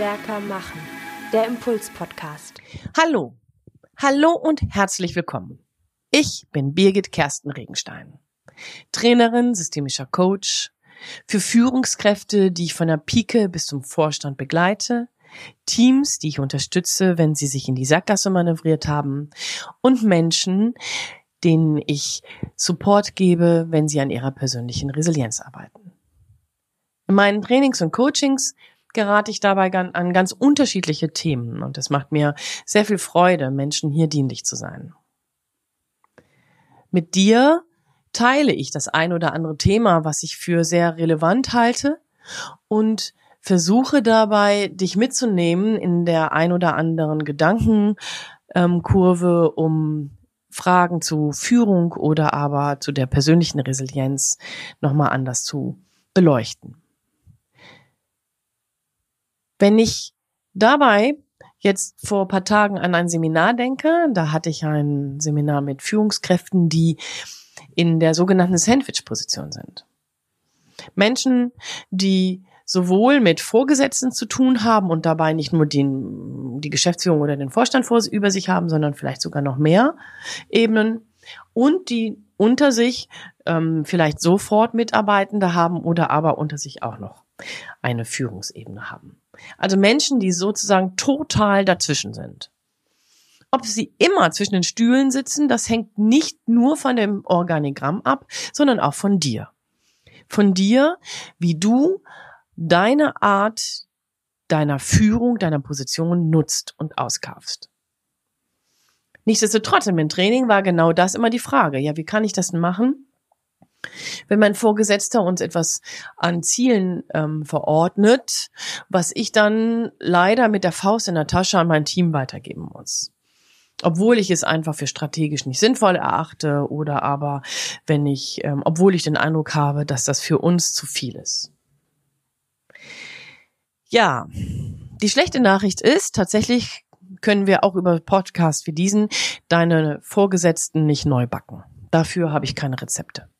stärker machen. Der Impuls-Podcast. Hallo und herzlich willkommen. Ich bin Birgit Kersten Regenstein, Trainerin, systemischer Coach für Führungskräfte, die ich von der Pike bis zum Vorstand begleite, Teams, die ich unterstütze, wenn sie sich in die Sackgasse manövriert haben, und Menschen, denen ich Support gebe, wenn sie an ihrer persönlichen Resilienz arbeiten. In meinen Trainings und Coachings gerate ich dabei an ganz unterschiedliche Themen und es macht mir sehr viel Freude, Menschen hier dienlich zu sein. Mit dir teile ich das ein oder andere Thema, was ich für sehr relevant halte, und versuche dabei, dich mitzunehmen in der ein oder anderen Gedankenkurve, um Fragen zu Führung oder aber zu der persönlichen Resilienz nochmal anders zu beleuchten. Wenn ich dabei jetzt vor ein paar Tagen an ein Seminar denke, da hatte ich ein Seminar mit Führungskräften, die in der sogenannten Sandwich-Position sind. Menschen, die sowohl mit Vorgesetzten zu tun haben und dabei nicht nur die Geschäftsführung oder den Vorstand über sich haben, sondern vielleicht sogar noch mehr Ebenen, und die unter sich vielleicht sofort Mitarbeitende haben oder aber unter sich auch noch eine Führungsebene haben. Also Menschen, die sozusagen total dazwischen sind. Ob sie immer zwischen den Stühlen sitzen, das hängt nicht nur von dem Organigramm ab, sondern auch von dir. Von dir, wie du deine Art deiner Führung, deiner Position nutzt und auskaufst. Nichtsdestotrotz, in meinem Training war genau das immer die Frage. Ja, wie kann ich das denn machen, wenn mein Vorgesetzter uns etwas an Zielen verordnet, was ich dann leider mit der Faust in der Tasche an mein Team weitergeben muss? Obwohl ich es einfach für strategisch nicht sinnvoll erachte oder aber obwohl ich den Eindruck habe, dass das für uns zu viel ist. Ja, die schlechte Nachricht ist, tatsächlich können wir auch über Podcasts wie diesen deine Vorgesetzten nicht neu backen. Dafür habe ich keine Rezepte.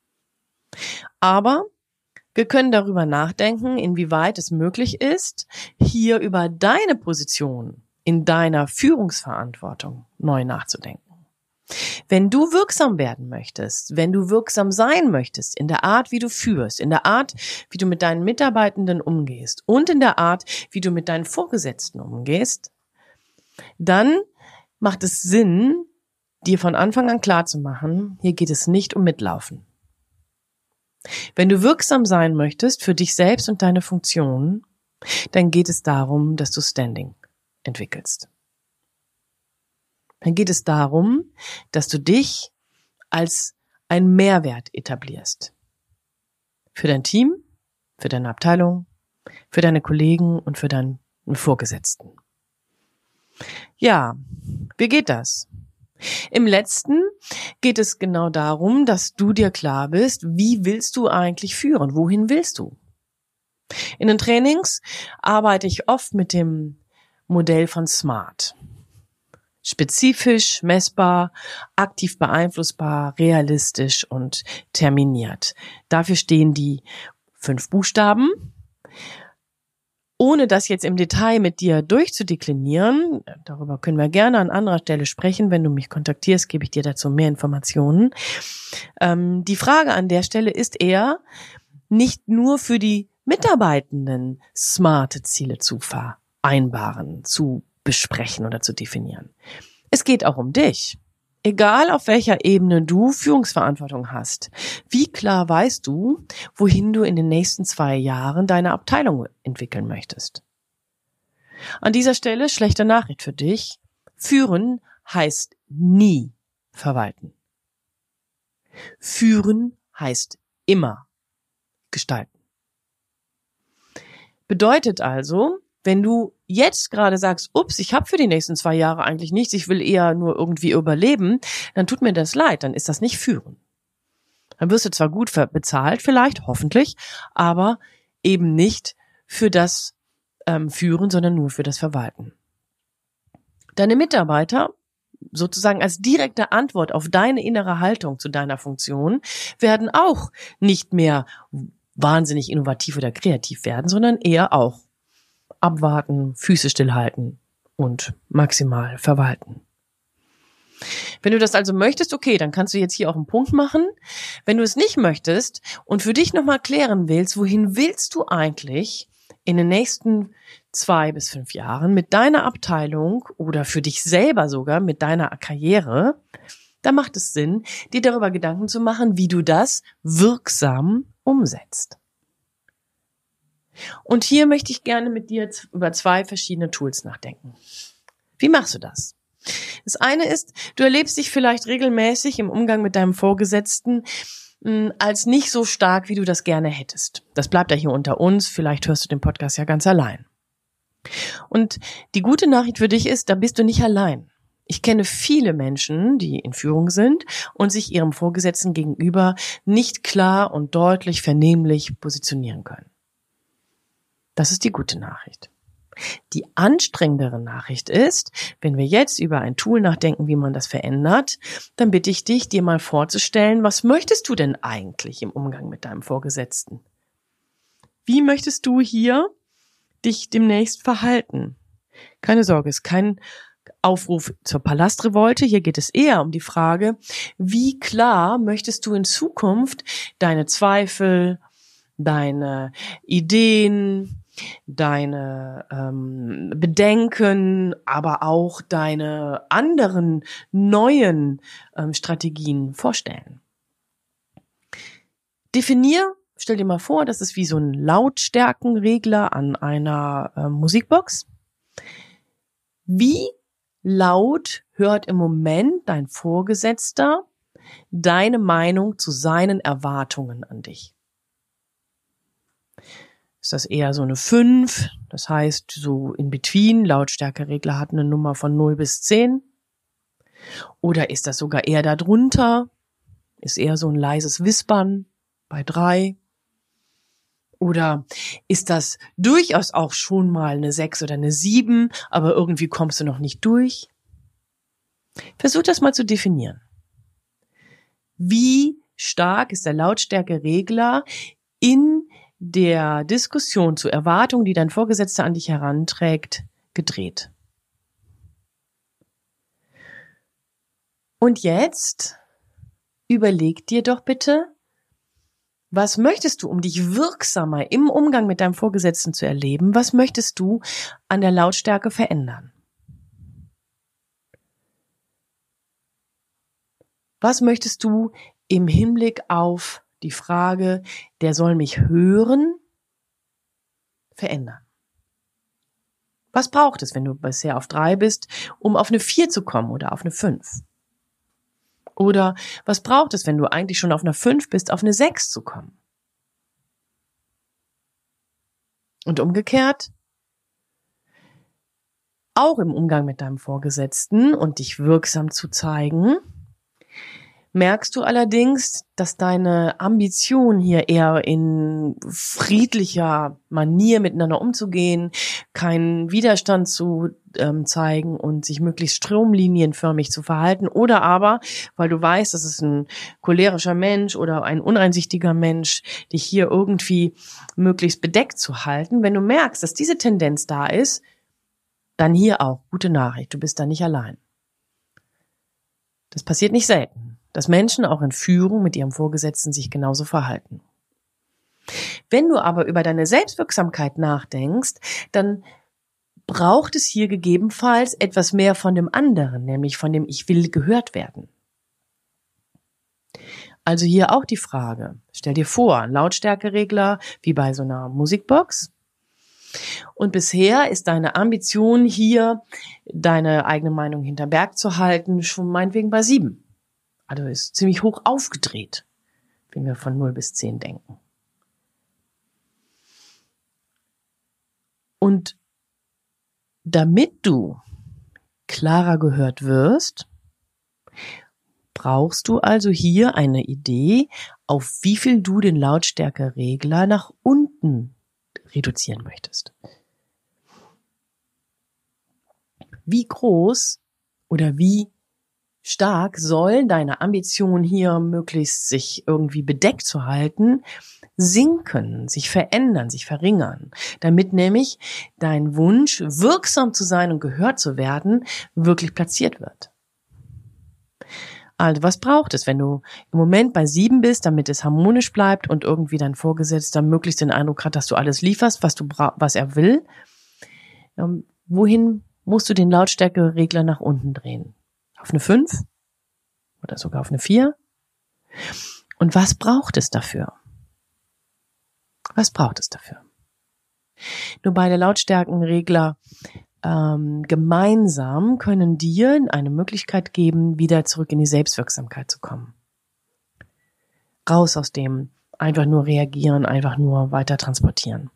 Aber wir können darüber nachdenken, inwieweit es möglich ist, hier über deine Position in deiner Führungsverantwortung neu nachzudenken. Wenn du wirksam werden möchtest, wenn du wirksam sein möchtest in der Art, wie du führst, in der Art, wie du mit deinen Mitarbeitenden umgehst und in der Art, wie du mit deinen Vorgesetzten umgehst, dann macht es Sinn, dir von Anfang an klarzumachen, hier geht es nicht um Mitlaufen. Wenn du wirksam sein möchtest für dich selbst und deine Funktion, dann geht es darum, dass du Standing entwickelst. Dann geht es darum, dass du dich als ein Mehrwert etablierst. Für dein Team, für deine Abteilung, für deine Kollegen und für deinen Vorgesetzten. Ja, wie geht das? Im letzten geht es genau darum, dass du dir klar bist, wie willst du eigentlich führen? Wohin willst du? In den Trainings arbeite ich oft mit dem Modell von SMART. Spezifisch, messbar, aktiv beeinflussbar, realistisch und terminiert. Dafür stehen die 5 Buchstaben. Ohne das jetzt im Detail mit dir durchzudeklinieren, darüber können wir gerne an anderer Stelle sprechen. Wenn du mich kontaktierst, gebe ich dir dazu mehr Informationen. Die Frage an der Stelle ist eher, nicht nur für die Mitarbeitenden smarte Ziele zu vereinbaren, zu besprechen oder zu definieren. Es geht auch um dich. Egal auf welcher Ebene du Führungsverantwortung hast, wie klar weißt du, wohin du in den nächsten 2 Jahren deine Abteilung entwickeln möchtest? An dieser Stelle schlechte Nachricht für dich. Führen heißt nie verwalten. Führen heißt immer gestalten. Bedeutet also, wenn du jetzt gerade sagst, ups, ich habe für die nächsten 2 Jahre eigentlich nichts, ich will eher nur irgendwie überleben, dann tut mir das leid, dann ist das nicht führen. Dann wirst du zwar gut bezahlt vielleicht, hoffentlich, aber eben nicht für das Führen, sondern nur für das Verwalten. Deine Mitarbeiter, sozusagen als direkte Antwort auf deine innere Haltung zu deiner Funktion, werden auch nicht mehr wahnsinnig innovativ oder kreativ werden, sondern eher auch abwarten, Füße stillhalten und maximal verwalten. Wenn du das also möchtest, okay, dann kannst du jetzt hier auch einen Punkt machen. Wenn du es nicht möchtest und für dich nochmal klären willst, wohin willst du eigentlich in den nächsten 2 bis 5 Jahren mit deiner Abteilung oder für dich selber sogar mit deiner Karriere, da macht es Sinn, dir darüber Gedanken zu machen, wie du das wirksam umsetzt. Und hier möchte ich gerne mit dir über 2 verschiedene Tools nachdenken. Wie machst du das? Das eine ist, du erlebst dich vielleicht regelmäßig im Umgang mit deinem Vorgesetzten als nicht so stark, wie du das gerne hättest. Das bleibt ja hier unter uns, vielleicht hörst du den Podcast ja ganz allein. Und die gute Nachricht für dich ist, da bist du nicht allein. Ich kenne viele Menschen, die in Führung sind und sich ihrem Vorgesetzten gegenüber nicht klar und deutlich vernehmlich positionieren können. Das ist die gute Nachricht. Die anstrengendere Nachricht ist, wenn wir jetzt über ein Tool nachdenken, wie man das verändert, dann bitte ich dich, dir mal vorzustellen, was möchtest du denn eigentlich im Umgang mit deinem Vorgesetzten? Wie möchtest du hier dich demnächst verhalten? Keine Sorge, es ist kein Aufruf zur Palastrevolte. Hier geht es eher um die Frage, wie klar möchtest du in Zukunft deine Zweifel, deine Ideen, deine Bedenken, aber auch deine anderen neuen Strategien vorstellen. Stell dir mal vor, das ist wie so ein Lautstärkenregler an einer Musikbox. Wie laut hört im Moment dein Vorgesetzter deine Meinung zu seinen Erwartungen an dich? Ist das eher so eine 5? Das heißt, so in between, Lautstärkeregler hat eine Nummer von 0 bis 10. Oder ist das sogar eher darunter? Ist eher so ein leises Wispern bei 3? Oder ist das durchaus auch schon mal eine 6 oder eine 7, aber irgendwie kommst du noch nicht durch? Versuch das mal zu definieren. Wie stark ist der Lautstärkeregler in der Diskussion zu Erwartungen, die dein Vorgesetzter an dich heranträgt, gedreht? Und jetzt überleg dir doch bitte, was möchtest du, um dich wirksamer im Umgang mit deinem Vorgesetzten zu erleben? Was möchtest du an der Lautstärke verändern? Was möchtest du im Hinblick auf die Frage, der soll mich hören, verändern? Was braucht es, wenn du bisher auf 3 bist, um auf eine 4 zu kommen oder auf eine 5? Oder was braucht es, wenn du eigentlich schon auf einer 5 bist, auf eine 6 zu kommen? Und umgekehrt, auch im Umgang mit deinem Vorgesetzten und dich wirksam zu zeigen, merkst du allerdings, dass deine Ambition hier eher in friedlicher Manier miteinander umzugehen, keinen Widerstand zu zeigen und sich möglichst stromlinienförmig zu verhalten, oder aber, weil du weißt, das ist ein cholerischer Mensch oder ein uneinsichtiger Mensch, dich hier irgendwie möglichst bedeckt zu halten. Wenn du merkst, dass diese Tendenz da ist, dann hier auch gute Nachricht, du bist da nicht allein. Das passiert nicht selten, dass Menschen auch in Führung mit ihrem Vorgesetzten sich genauso verhalten. Wenn du aber über deine Selbstwirksamkeit nachdenkst, dann braucht es hier gegebenenfalls etwas mehr von dem anderen, nämlich von dem Ich will gehört werden. Also hier auch die Frage, stell dir vor, ein Lautstärkeregler wie bei so einer Musikbox. Und bisher ist deine Ambition hier, deine eigene Meinung hinterm Berg zu halten, schon meinetwegen bei 7. Also ist ziemlich hoch aufgedreht, wenn wir von 0 bis 10 denken. Und damit du klarer gehört wirst, brauchst du also hier eine Idee, auf wie viel du den Lautstärkeregler nach unten reduzieren möchtest. Wie groß oder wie stark soll deine Ambition hier möglichst sich irgendwie bedeckt zu halten, sinken, sich verändern, sich verringern, damit nämlich dein Wunsch, wirksam zu sein und gehört zu werden, wirklich platziert wird. Also was braucht es, wenn du im Moment bei 7 bist, damit es harmonisch bleibt und irgendwie dein Vorgesetzter möglichst den Eindruck hat, dass du alles lieferst, was er will? Wohin musst du den Lautstärkeregler nach unten drehen? Auf eine 5? Oder sogar auf eine 4? Und was braucht es dafür? Was braucht es dafür? Nur beide Lautstärkenregler gemeinsam können dir eine Möglichkeit geben, wieder zurück in die Selbstwirksamkeit zu kommen. Raus aus dem einfach nur reagieren, einfach nur weiter transportieren.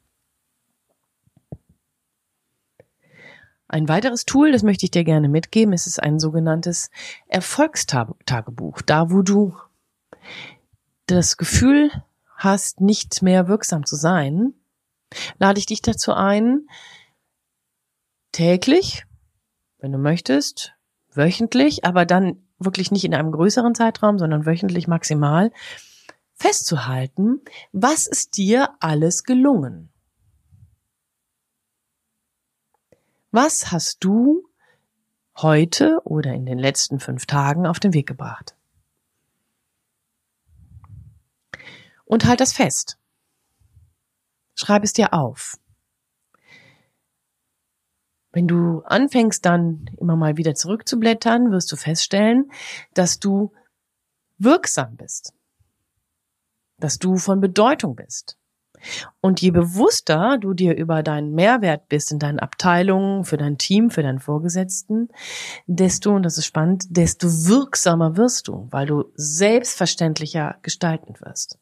Ein weiteres Tool, das möchte ich dir gerne mitgeben, ist ein sogenanntes Erfolgstagebuch. Da, wo du das Gefühl hast, nicht mehr wirksam zu sein, lade ich dich dazu ein, täglich, wenn du möchtest, wöchentlich, aber dann wirklich nicht in einem größeren Zeitraum, sondern wöchentlich maximal, festzuhalten, was ist dir alles gelungen? Was hast du heute oder in den letzten 5 Tagen auf den Weg gebracht? Und halt das fest. Schreib es dir auf. Wenn du anfängst dann immer mal wieder zurückzublättern, wirst du feststellen, dass du wirksam bist. Dass du von Bedeutung bist. Und je bewusster du dir über deinen Mehrwert bist in deinen Abteilungen, für dein Team, für deinen Vorgesetzten, desto, und das ist spannend, desto wirksamer wirst du, weil du selbstverständlicher gestalten wirst.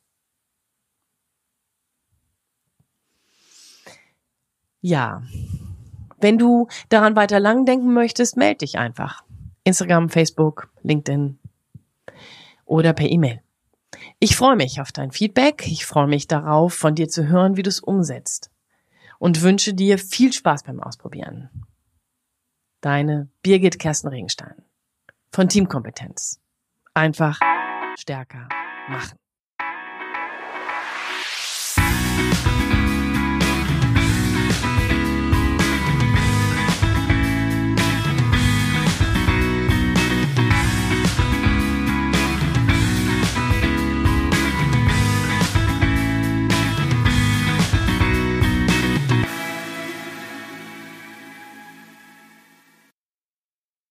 Ja, wenn du daran weiter lang denken möchtest, melde dich einfach. Instagram, Facebook, LinkedIn oder per E-Mail. Ich freue mich auf dein Feedback. Ich freue mich darauf, von dir zu hören, wie du es umsetzt. Und wünsche dir viel Spaß beim Ausprobieren. Deine Birgit Kersten-Regenstein von Teamkompetenz. Einfach stärker machen.